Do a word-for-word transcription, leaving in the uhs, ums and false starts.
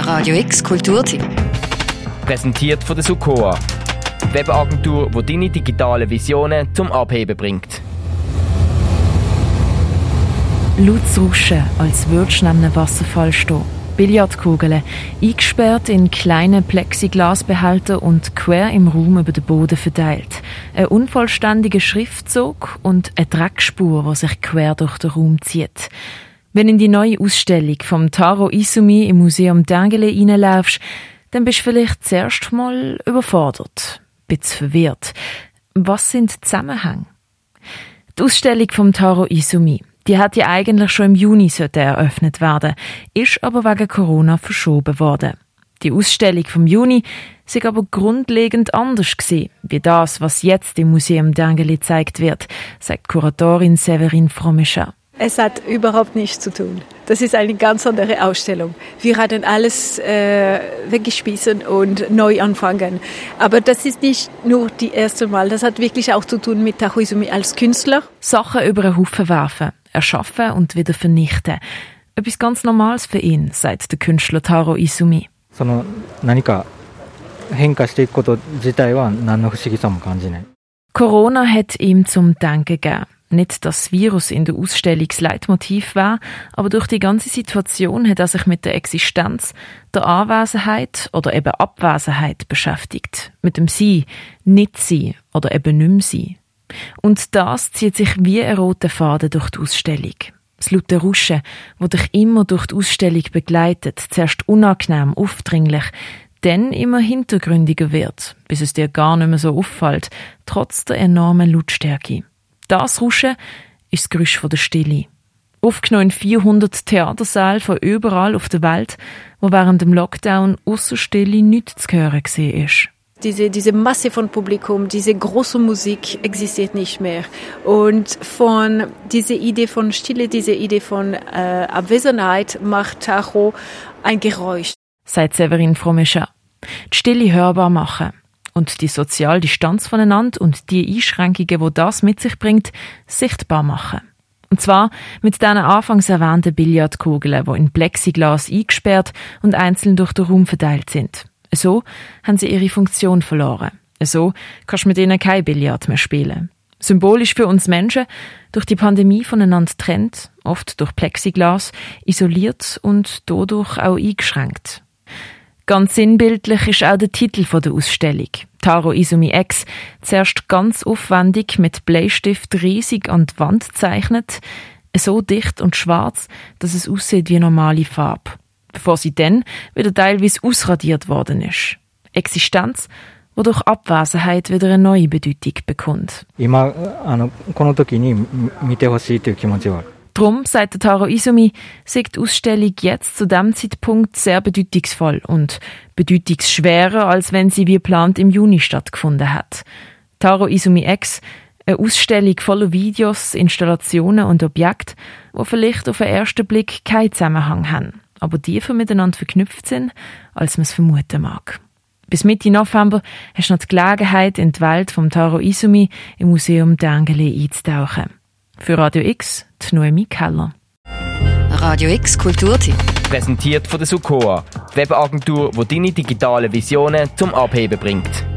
Radio X Kulturtipp. Präsentiert von der Sukoa, die Webagentur, die deine digitalen Visionen zum Abheben bringt. Lautes Rauschen, als würdest du neben einem Wasserfall stehen. Billardkugeln, eingesperrt in kleine Plexiglasbehälter und quer im Raum über den Boden verteilt. Ein unvollständiger Schriftzug und eine Dreckspur, die sich quer durch den Raum zieht. Wenn du in die neue Ausstellung vom Taro Izumi im Museum d'Angele reinlaufst, dann bist du vielleicht zuerst mal überfordert, ein bisschen verwirrt. Was sind die Zusammenhänge? Die Ausstellung vom Taro Izumi, die hat ja eigentlich schon im Juni eröffnet werden, ist aber wegen Corona verschoben worden. Die Ausstellung vom Juni sei aber grundlegend anders gewesen, wie das, was jetzt im Museum d'Angele gezeigt wird, sagt Kuratorin Séverine Fromicha. Es hat überhaupt nichts zu tun. Das ist eine ganz andere Ausstellung. Wir hatten alles äh, weggeschmissen und neu anfangen. Aber das ist nicht nur das erste Mal. Das hat wirklich auch zu tun mit Taro Izumi als Künstler. Sachen über einen Haufen werfen, erschaffen und wieder vernichten. Etwas ganz Normales für ihn, sagt der Künstler Taro Izumi. Corona hat ihm zum Denken gegeben. Nicht, dass das Virus in der Ausstellung das Leitmotiv war, aber durch die ganze Situation hat er sich mit der Existenz, der Anwesenheit oder eben Abwesenheit beschäftigt. Mit dem Sein, Nicht-Sein oder eben nicht mehr Sein. Und das zieht sich wie ein roter Faden durch die Ausstellung. Das laute Rauschen, das dich immer durch die Ausstellung begleitet, zuerst unangenehm, aufdringlich, dann immer hintergründiger wird, bis es dir gar nicht mehr so auffällt, trotz der enormen Lautstärke. Das Rauschen ist das Geräusch der Stille. Aufgenommen in vierhundert Theatersälen von überall auf der Welt, wo während dem Lockdown ausser Stille nichts zu hören war. Diese, diese Masse von Publikum, diese große Musik existiert nicht mehr. Und von dieser Idee von Stille, diese Idee von äh, Abwesenheit macht Taro ein Geräusch. Sagt Séverine Fromicha. Die Stille hörbar machen. Und die soziale Distanz voneinander und die Einschränkungen, die das mit sich bringt, sichtbar machen. Und zwar mit diesen anfangs erwähnten Billardkugeln, die in Plexiglas eingesperrt und einzeln durch den Raum verteilt sind. So haben sie ihre Funktion verloren. So kannst du mit ihnen kein Billard mehr spielen. Symbolisch für uns Menschen, durch die Pandemie voneinander trennt, oft durch Plexiglas, isoliert und dadurch auch eingeschränkt. Ganz sinnbildlich ist auch der Titel der Ausstellung. Taro Izumi X, zuerst ganz aufwendig mit Bleistift riesig an die Wand gezeichnet, so dicht und schwarz, dass es aussieht wie normale Farbe, bevor sie dann wieder teilweise ausradiert worden ist. Existenz, die durch Abwesenheit wieder eine neue Bedeutung bekommt. Darum, sagt der Taro Izumi, sei die Ausstellung jetzt zu diesem Zeitpunkt sehr bedeutungsvoll und bedeutungsschwerer, als wenn sie wie geplant im Juni stattgefunden hat. Taro Izumi X, eine Ausstellung voller Videos, Installationen und Objekte, die vielleicht auf den ersten Blick keinen Zusammenhang haben, aber tiefer miteinander verknüpft sind, als man es vermuten mag. Bis Mitte November hast du noch die Gelegenheit, in die Welt vom Taro Izumi im Museum d'Angele einzutauchen. Für Radio X, die Noemi Keller. Radio X Kulturtipp. Präsentiert von der Sukoa, die Webagentur, die deine digitalen Visionen zum Abheben bringt.